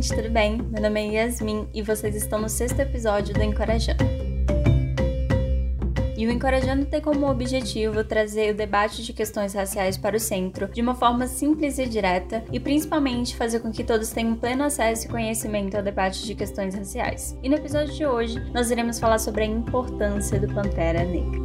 gente, tudo bem? Meu nome é Yasmin e vocês estão no 6º episódio do Encorajando. E o Encorajando tem como objetivo trazer o debate de questões raciais para o centro de uma forma simples e direta e principalmente fazer com que todos tenham pleno acesso e conhecimento ao debate de questões raciais. E no episódio de hoje, nós iremos falar sobre a importância do Pantera Negra.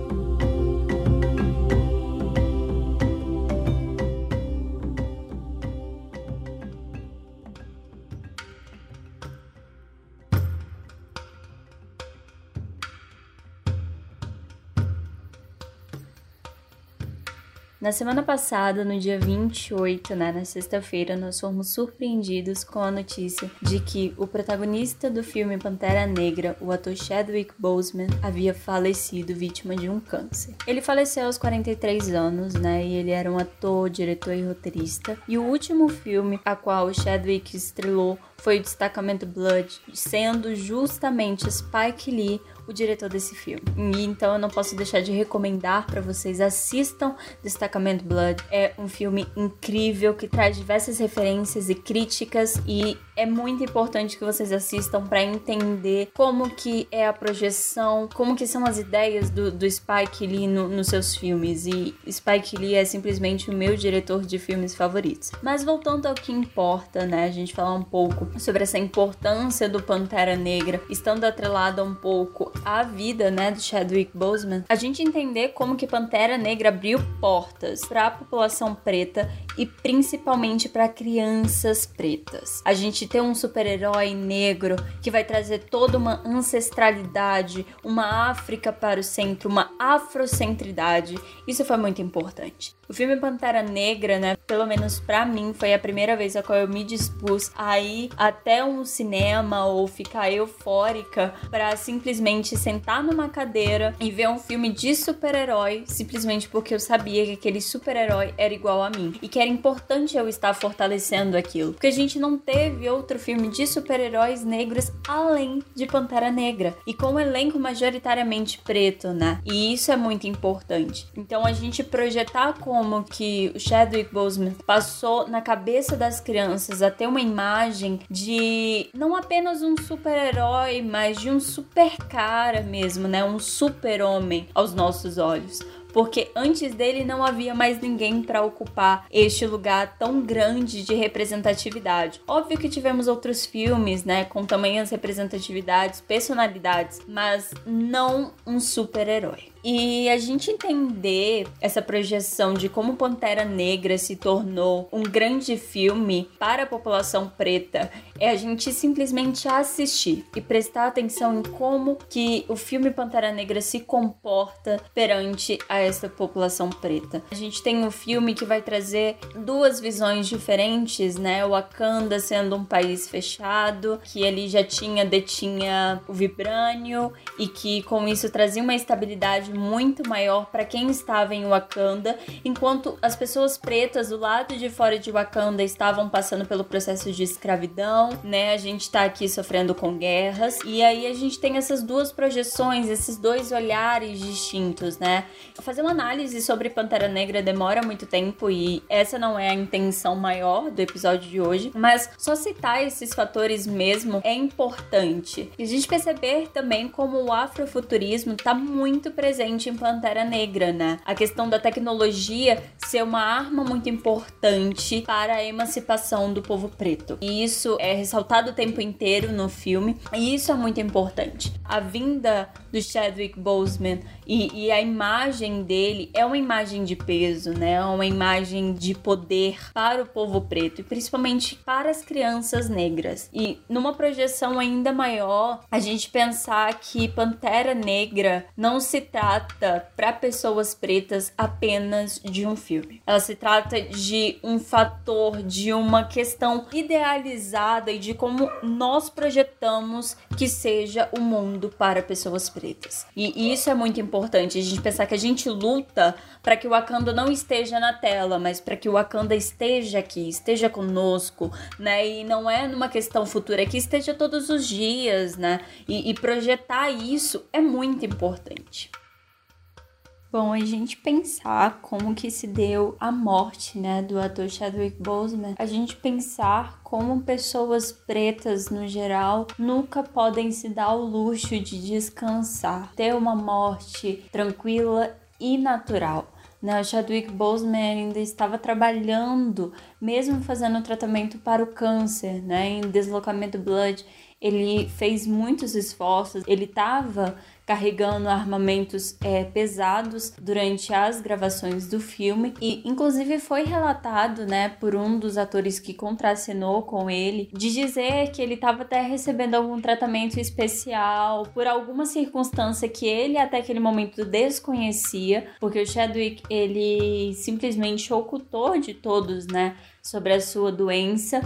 Na semana passada, no dia 28, na sexta-feira, nós fomos surpreendidos com a notícia de que o protagonista do filme Pantera Negra, o ator Chadwick Boseman, havia falecido vítima de um câncer. Ele faleceu aos 43 anos, e ele era um ator, diretor e roteirista. E o último filme a qual o Chadwick estrelou foi o Destacamento Blood, sendo justamente Spike Lee o diretor desse filme. E então eu não posso deixar de recomendar para vocês, assistam Destacamento Blood. É um filme incrível que traz diversas referências e críticas e é muito importante que vocês assistam para entender como que é a projeção, como que são as ideias do Spike Lee nos seus filmes. E Spike Lee é simplesmente o meu diretor de filmes favoritos. Mas voltando ao que importa, a gente falar um pouco sobre essa importância do Pantera Negra, estando atrelada um pouco à vida, do Chadwick Boseman, a gente entender como que Pantera Negra abriu portas para a população preta e principalmente para crianças pretas. A gente tem um super-herói negro que vai trazer toda uma ancestralidade, uma África para o centro, uma afrocentridade. Isso foi muito importante. O filme Pantera Negra, pelo menos pra mim, foi a primeira vez a qual eu me dispus a ir até um cinema ou ficar eufórica pra simplesmente sentar numa cadeira e ver um filme de super-herói, simplesmente porque eu sabia que aquele super-herói era igual a mim e que era importante eu estar fortalecendo aquilo, porque a gente não teve outro filme de super-heróis negros além de Pantera Negra e com um elenco majoritariamente preto, e isso é muito importante. Então a gente projetar como que o Chadwick Boseman passou na cabeça das crianças a ter uma imagem de não apenas um super-herói, mas de um super cara mesmo, um super-homem aos nossos olhos. Porque antes dele não havia mais ninguém para ocupar este lugar tão grande de representatividade. Óbvio que tivemos outros filmes, com tamanhas representatividades, personalidades, mas não um super-herói. E a gente entender essa projeção de como Pantera Negra se tornou um grande filme para a população preta é a gente simplesmente assistir e prestar atenção em como que o filme Pantera Negra se comporta perante a essa população preta. A gente tem um filme que vai trazer duas visões diferentes, o Wakanda sendo um país fechado, que ali já detinha o vibrânio e que com isso trazia uma estabilidade muito maior para quem estava em Wakanda, enquanto as pessoas pretas do lado de fora de Wakanda estavam passando pelo processo de escravidão, a gente tá aqui sofrendo com guerras, e aí a gente tem essas duas projeções, esses dois olhares distintos, Fazer uma análise sobre Pantera Negra demora muito tempo e essa não é a intenção maior do episódio de hoje, mas só citar esses fatores mesmo é importante. E a gente perceber também como o afrofuturismo tá muito presente em Pantera Negra, A questão da tecnologia ser uma arma muito importante para a emancipação do povo preto. E isso é ressaltado o tempo inteiro no filme, e isso é muito importante. A vinda do Chadwick Boseman e a imagem dele é uma imagem de peso, é uma imagem de poder para o povo preto e principalmente para as crianças negras. E numa projeção ainda maior, a gente pensar que Pantera Negra não se trata para pessoas pretas apenas de um filme. Ela se trata de um fator, de uma questão idealizada e de como nós projetamos que seja o mundo para pessoas pretas. E isso é muito importante, a gente pensar que a gente luta para que o Wakanda não esteja na tela, mas para que o Wakanda esteja aqui, esteja conosco, e não é numa questão futura, é que esteja todos os dias, e projetar isso é muito importante. Bom, a gente pensar como que se deu a morte, né, do ator Chadwick Boseman, a gente pensar como pessoas pretas, no geral, nunca podem se dar o luxo de descansar, ter uma morte tranquila e natural. O Chadwick Boseman ainda estava trabalhando, mesmo fazendo tratamento para o câncer, em deslocamento blood. Ele fez muitos esforços, ele estava carregando armamentos pesados durante as gravações do filme e inclusive foi relatado, por um dos atores que contracenou com ele, de dizer que ele estava até recebendo algum tratamento especial por alguma circunstância que ele até aquele momento desconhecia, porque o Chadwick, ele simplesmente ocultou de todos, sobre a sua doença.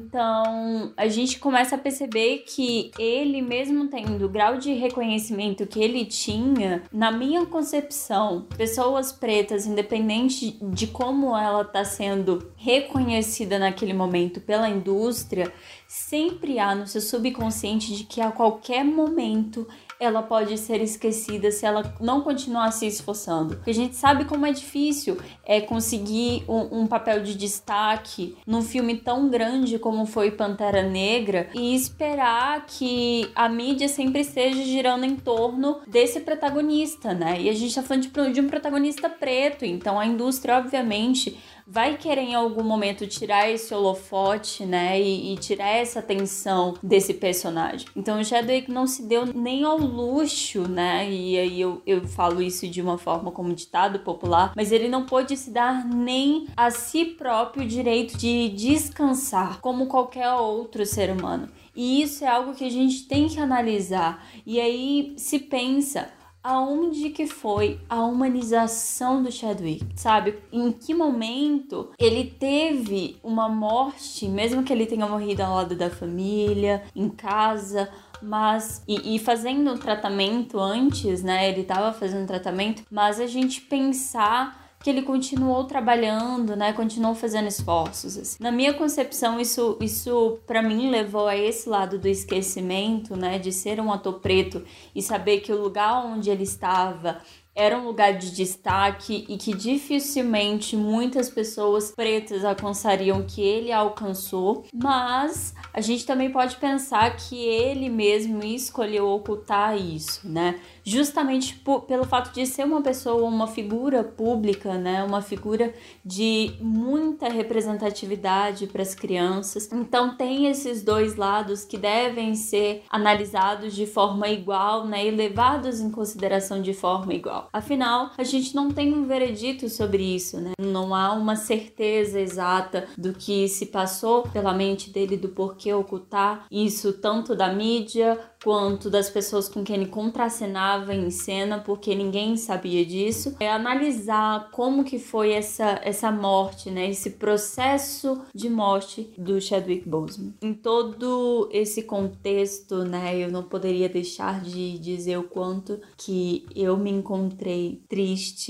Então a gente começa a perceber que ele, mesmo tendo o grau de reconhecimento que ele tinha, na minha concepção, pessoas pretas, independente de como ela está sendo reconhecida naquele momento pela indústria, sempre há no seu subconsciente de que a qualquer momento ela pode ser esquecida se ela não continuar se esforçando. Porque a gente sabe como é difícil conseguir um papel de destaque num filme tão grande como foi Pantera Negra e esperar que a mídia sempre esteja girando em torno desse protagonista, E a gente tá falando de um protagonista preto, então a indústria, obviamente, vai querer em algum momento tirar esse holofote, e tirar essa atenção desse personagem. Então o Chadwick não se deu nem ao luxo, e aí eu falo isso de uma forma como ditado popular, mas ele não pôde se dar nem a si próprio o direito de descansar, como qualquer outro ser humano. E isso é algo que a gente tem que analisar. E aí se pensa, aonde que foi a humanização do Chadwick, sabe? Em que momento ele teve uma morte, mesmo que ele tenha morrido ao lado da família, em casa, mas e fazendo um tratamento antes, Ele estava fazendo tratamento, mas a gente pensar que ele continuou trabalhando, continuou fazendo esforços, assim. Na minha concepção, isso para mim levou a esse lado do esquecimento, de ser um ator preto e saber que o lugar onde ele estava era um lugar de destaque e que dificilmente muitas pessoas pretas alcançariam que ele alcançou, mas a gente também pode pensar que ele mesmo escolheu ocultar isso, justamente pelo fato de ser uma pessoa, uma figura pública, uma figura de muita representatividade para as crianças. Então tem esses dois lados que devem ser analisados de forma igual, e levados em consideração de forma igual. Afinal, a gente não tem um veredito sobre isso, Não há uma certeza exata do que se passou pela mente dele, do porquê ocultar isso, tanto da mídia quanto das pessoas com quem ele contracenava em cena, porque ninguém sabia disso. Analisar como que foi essa morte, esse processo de morte do Chadwick Boseman. Em todo esse contexto, eu não poderia deixar de dizer o quanto que eu me encontrei triste,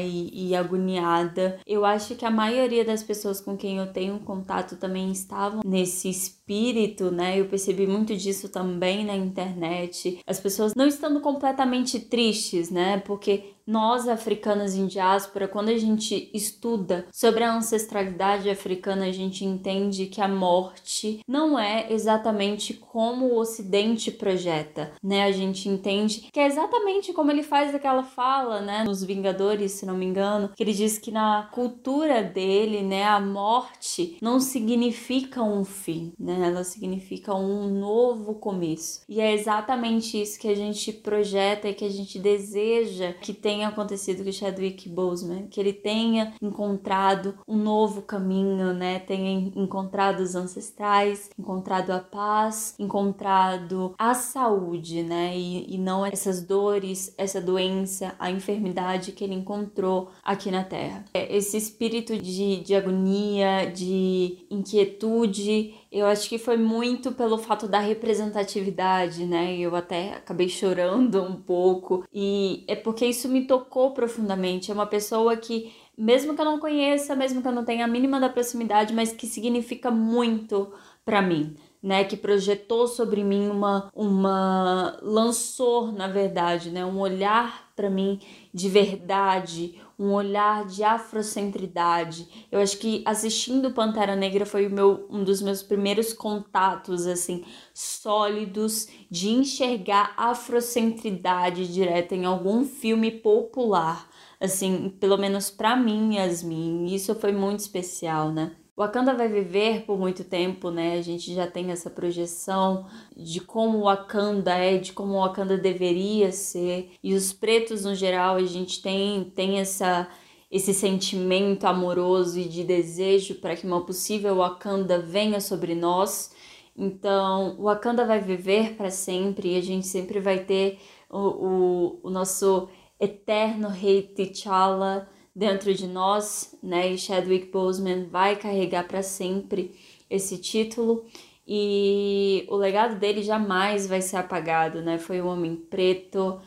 e agoniada. Eu acho que a maioria das pessoas com quem eu tenho contato também estavam nesse espírito, Eu percebi muito disso também na internet. As pessoas não estando completamente tristes, Porque nós, africanas em diáspora, quando a gente estuda sobre a ancestralidade africana, a gente entende que a morte não é exatamente como o Ocidente projeta, A gente entende que é exatamente como ele faz aquela fala, nos Vingadores, se não me engano, que ele diz que na cultura dele, a morte não significa um fim, Ela significa um novo começo. E é exatamente isso que a gente projeta e que a gente deseja que tenha acontecido com o Chadwick Boseman, que ele tenha encontrado um novo caminho, tenha encontrado os ancestrais, encontrado a paz, encontrado a saúde, e não essas dores, essa doença, a enfermidade que ele encontrou aqui na Terra. Esse espírito de agonia, de inquietude, eu acho que foi muito pelo fato da representatividade, Eu até acabei chorando um pouco, e é porque isso me tocou profundamente. É uma pessoa que, mesmo que eu não conheça, mesmo que eu não tenha a mínima da proximidade, mas que significa muito pra mim, né, que projetou sobre mim lançou, na verdade, né, um olhar para mim de verdade, um olhar de afrocentridade. Eu acho que assistindo Pantera Negra foi um dos meus primeiros contatos, assim, sólidos de enxergar afrocentridade direta em algum filme popular, assim, pelo menos para mim, Yasmin. Isso foi muito especial, né? Wakanda vai viver por muito tempo, né? A gente já tem essa projeção de como Wakanda é, de como Wakanda deveria ser. E os pretos, no geral, a gente tem esse sentimento amoroso e de desejo para que uma possível Wakanda venha sobre nós. Então, Wakanda vai viver para sempre e a gente sempre vai ter o nosso eterno rei T'Challa dentro de nós, né? E Chadwick Boseman vai carregar para sempre esse título e o legado dele jamais vai ser apagado, né? Foi um homem preto,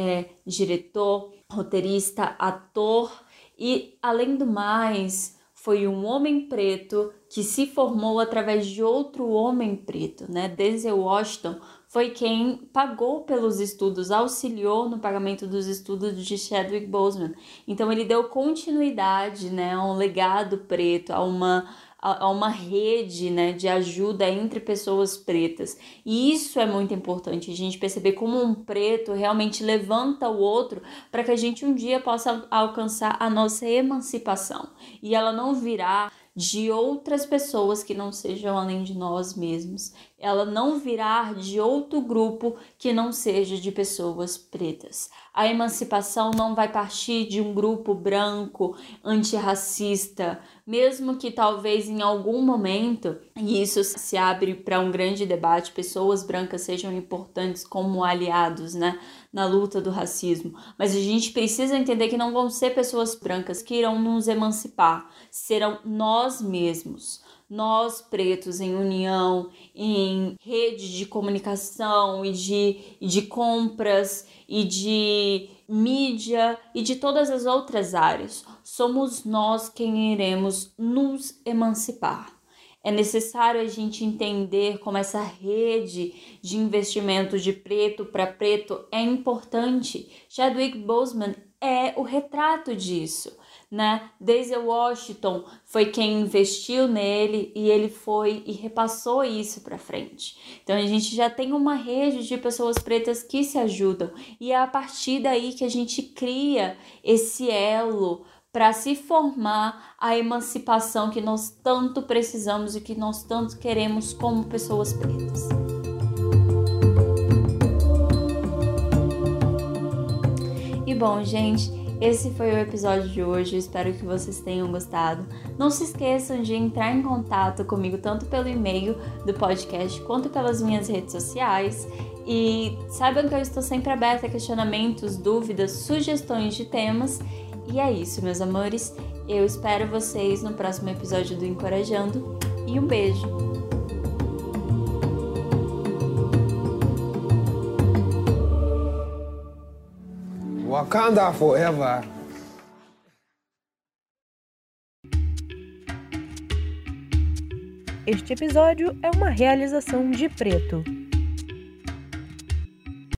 diretor, roteirista, ator e, além do mais, foi um homem preto que se formou através de outro homem preto, né? Denzel Washington foi quem pagou pelos estudos, auxiliou no pagamento dos estudos de Chadwick Boseman. Então ele deu continuidade, né, a um legado preto, a uma rede, né, de ajuda entre pessoas pretas. E isso é muito importante, a gente perceber como um preto realmente levanta o outro para que a gente um dia possa alcançar a nossa emancipação. E ela não virá de outras pessoas que não sejam além de nós mesmos. Ela não virá de outro grupo que não seja de pessoas pretas. A emancipação não vai partir de um grupo branco, antirracista, mesmo que talvez em algum momento, e isso se abre para um grande debate, pessoas brancas sejam importantes como aliados, né, na luta do racismo. Mas a gente precisa entender que não vão ser pessoas brancas que irão nos emancipar, serão nós mesmos. Nós pretos em união, em rede de comunicação e de compras e de mídia e de todas as outras áreas. Somos nós quem iremos nos emancipar. É necessário a gente entender como essa rede de investimento de preto para preto é importante. Chadwick Boseman é o retrato disso, né? Denzel Washington foi quem investiu nele e ele foi e repassou isso para frente. Então a gente já tem uma rede de pessoas pretas que se ajudam e é a partir daí que a gente cria esse elo para se formar a emancipação que nós tanto precisamos e que nós tanto queremos como pessoas pretas. E bom, gente, esse foi o episódio de hoje, eu espero que vocês tenham gostado. Não se esqueçam de entrar em contato comigo tanto pelo e-mail do podcast quanto pelas minhas redes sociais. E saibam que eu estou sempre aberta a questionamentos, dúvidas, sugestões de temas. E é isso, meus amores. Eu espero vocês no próximo episódio do Encorajando. E um beijo! Wakanda forever. Este episódio é uma realização de Preto.